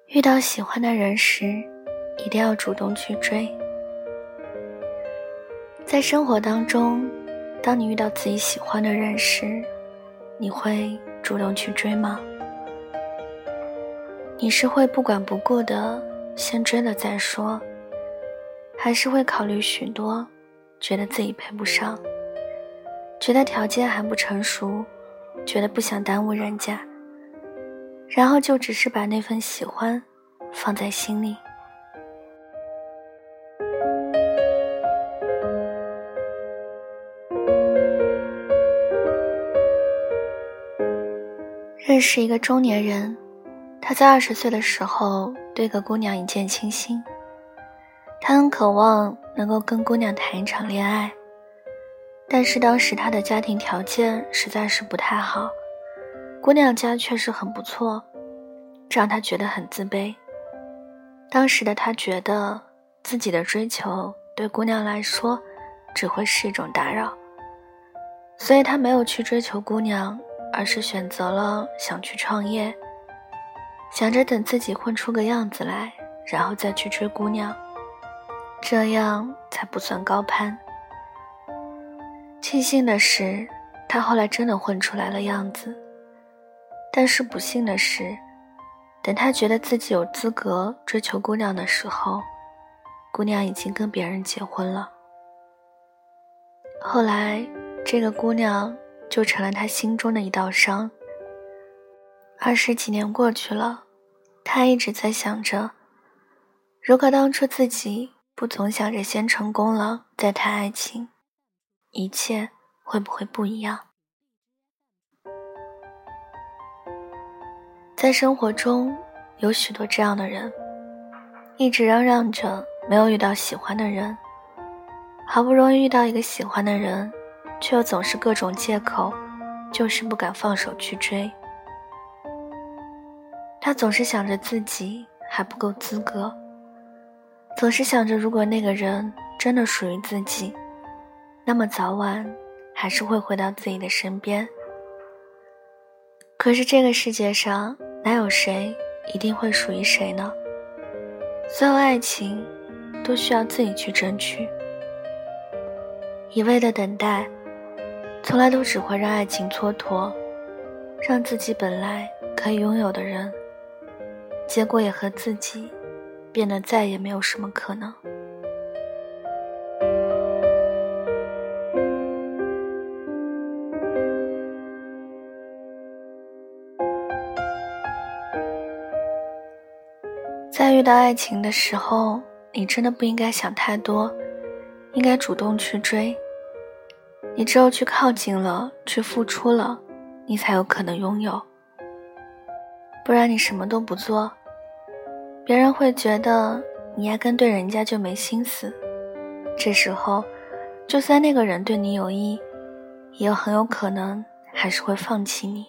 遇到喜欢的人时，一定要主动去追。在生活当中，当你遇到自己喜欢的人时，你会主动去追吗？你是会不管不顾的先追了再说，还是会考虑许多，觉得自己配不上，觉得条件还不成熟，觉得不想耽误人家，然后就只是把那份喜欢放在心里？认识一个中年人，他在20岁的时候对个姑娘一见倾心，他很渴望能够跟姑娘谈一场恋爱，但是当时他的家庭条件实在是不太好，姑娘家确实很不错，这让他觉得很自卑。当时的他觉得自己的追求对姑娘来说只会是一种打扰，所以他没有去追求姑娘，而是选择了想去创业，想着等自己混出个样子来，然后再去追姑娘，这样才不算高攀。庆幸的是，他后来真的混出来了样子，但是不幸的是，等他觉得自己有资格追求姑娘的时候，姑娘已经跟别人结婚了。后来这个姑娘就成了他心中的一道伤。20几年过去了，他一直在想着，如果当初自己不总想着先成功了再谈爱情，一切会不会不一样？在生活中有许多这样的人，一直嚷嚷着没有遇到喜欢的人，好不容易遇到一个喜欢的人，却又总是各种借口，就是不敢放手去追。他总是想着自己还不够资格，总是想着如果那个人真的属于自己，那么早晚还是会回到自己的身边。可是这个世界上哪有谁一定会属于谁呢？所有爱情都需要自己去争取，一味的等待从来都只会让爱情蹉跎，让自己本来可以拥有的人，结果也和自己变得再也没有什么可能。在遇到爱情的时候，你真的不应该想太多，应该主动去追。你只有去靠近了，去付出了，你才有可能拥有。不然你什么都不做，别人会觉得你压根对人家就没心思，这时候就算那个人对你有意，也很有可能还是会放弃你。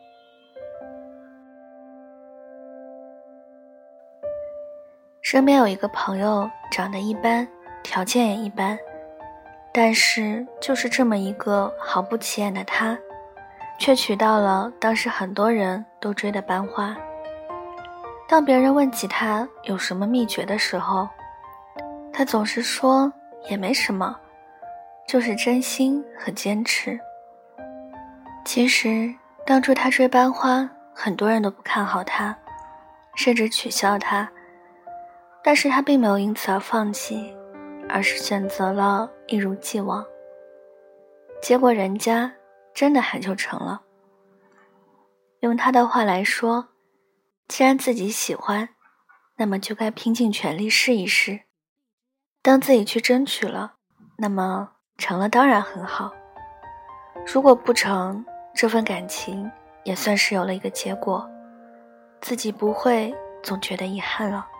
身边有一个朋友，长得一般，条件也一般，但是就是这么一个毫不起眼的他，却娶到了当时很多人都追的班花。当别人问起他有什么秘诀的时候，他总是说也没什么，就是真心和坚持。其实当初他追班花，很多人都不看好他，甚至取笑他，但是他并没有因此而放弃，而是选择了一如既往。结果人家真的还就成了。用他的话来说，既然自己喜欢，那么就该拼尽全力试一试。当自己去争取了，那么成了当然很好。如果不成，这份感情也算是有了一个结果，自己不会总觉得遗憾了。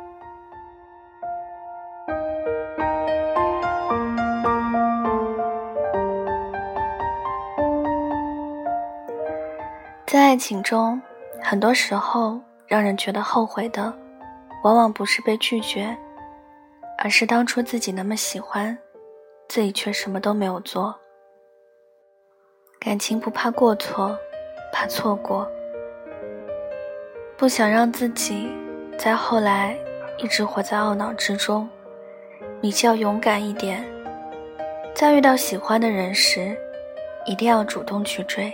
在爱情中，很多时候让人觉得后悔的，往往不是被拒绝，而是当初自己那么喜欢，自己却什么都没有做。感情不怕过错，怕错过。不想让自己再后来一直活在懊恼之中。你就要勇敢一点，在遇到喜欢的人时，一定要主动去追。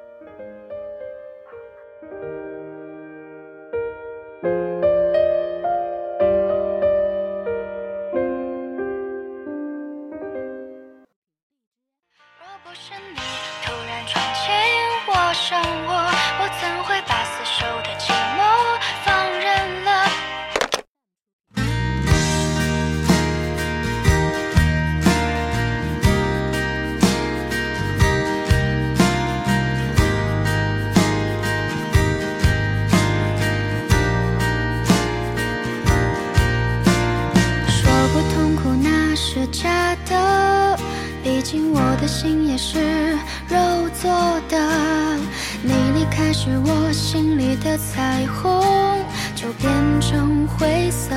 若不是你突然闯进我生活，我怎会把死守的寂寞放任了？说不痛苦那是假的，毕竟我的心也是肉做的。你离开时，我心里的彩虹就变成灰色。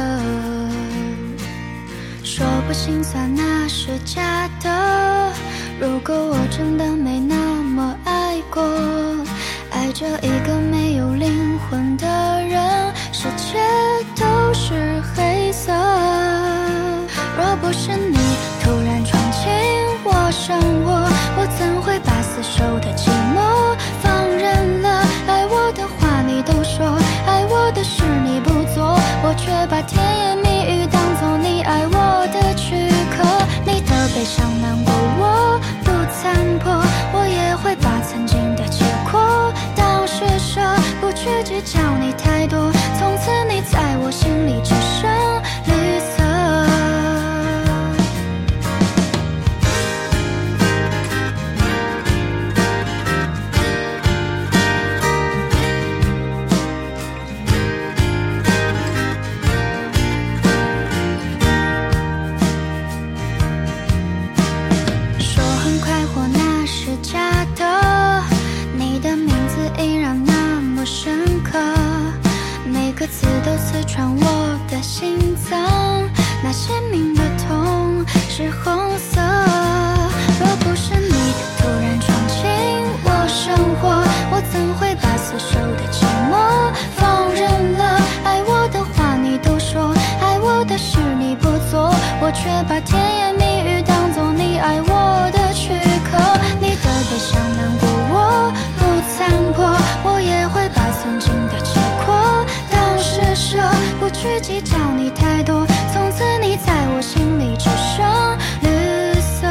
说不心酸那是假的，如果我真的没那么爱过，爱着一个没有灵魂的人，世界都是黑色。若不是你突然闯进我生活，我怎会把死守的寂寞放任了？爱我的话你都说，爱我的事你不做，我却把甜言蜜语当作你爱我的躯壳。你的悲伤难过我不残破，我也会把曾经的结果当施舍，不去计较你太多，从此你在我心里只剩绿色。歌词都刺穿我的心脏，那鲜明的痛是红色。若不是你突然闯进我生活，我怎会把死守的寂寞放任了？爱我的话你都说，爱我的事你不做，我却把甜言蜜语当作你爱我的躯壳。你的悲伤难过我不残破，我也会把曾经的结果施舍，不去计较你太多，从此你在我心里只剩绿色。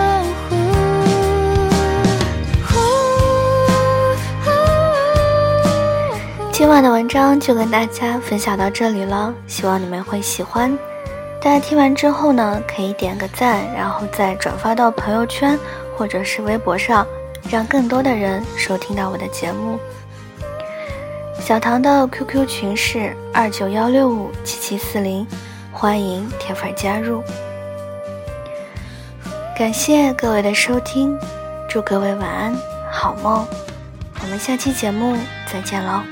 今晚的文章就跟大家分享到这里了，希望你们会喜欢。大家听完之后呢，可以点个赞，然后再转发到朋友圈或者是微博上，让更多的人收听到我的节目。小唐的 QQ 群是291657740，欢迎铁粉加入。感谢各位的收听，祝各位晚安好梦，我们下期节目再见喽。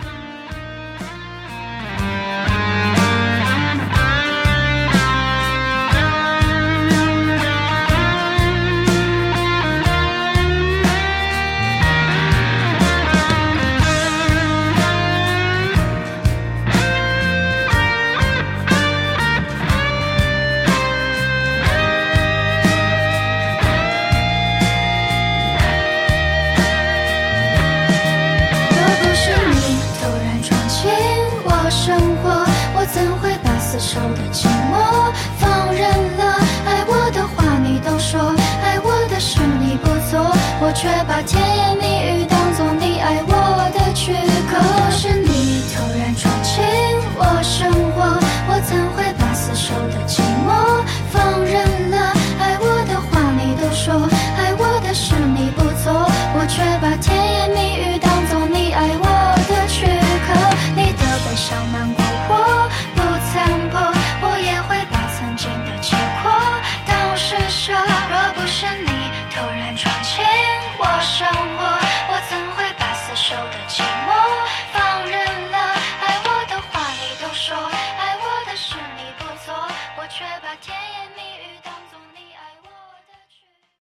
手的寂寞放任了，爱我的话你都说，爱我的事你不做，我却把甜言蜜语